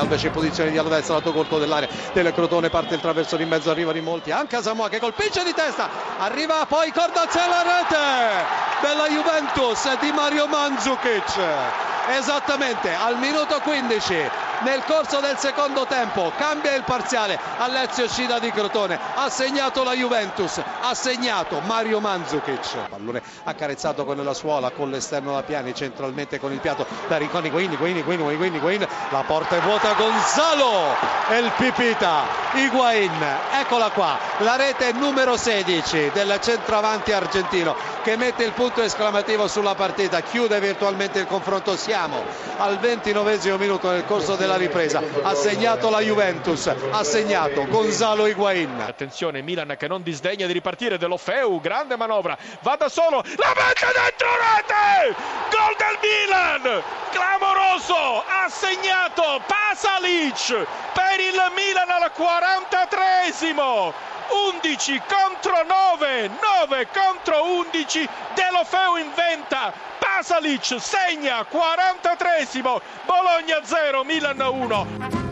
invece in posizione di destra, lato corto dell'area del Crotone, parte il traverso in mezzo, arriva Rimolti, anche Asamoah che colpisce di testa, arriva poi Cordazzello a rete della Juventus di Mario Mandzukic, esattamente al minuto 15 nel corso del secondo tempo cambia il parziale all'Ezio Scida di Crotone, ha segnato la Juventus, ha segnato Mario Mandzukic, pallone accarezzato con la suola, con l'esterno da Piani, centralmente con il piatto da Rincon, Higuain, la porta è vuota, Gonzalo e il Pipita Higuain, eccola qua la rete numero 16 del centravanti argentino che mette il punto esclamativo sulla partita, chiude virtualmente il confronto. Siamo al 29esimo minuto nel corso della ripresa, ha segnato la Juventus, ha segnato Gonzalo Higuain. Attenzione, Milan che non disdegna di ripartire, Deulofeu, grande manovra, va da solo, la mette dentro rete, gol del Milan, clamoroso, ha segnato Pasalic per il Milan al 43esimo. 11 contro 9, 9 contro 11, Deulofeu inventa, Pasalic segna, 43esimo, Bologna 0, Milan 1.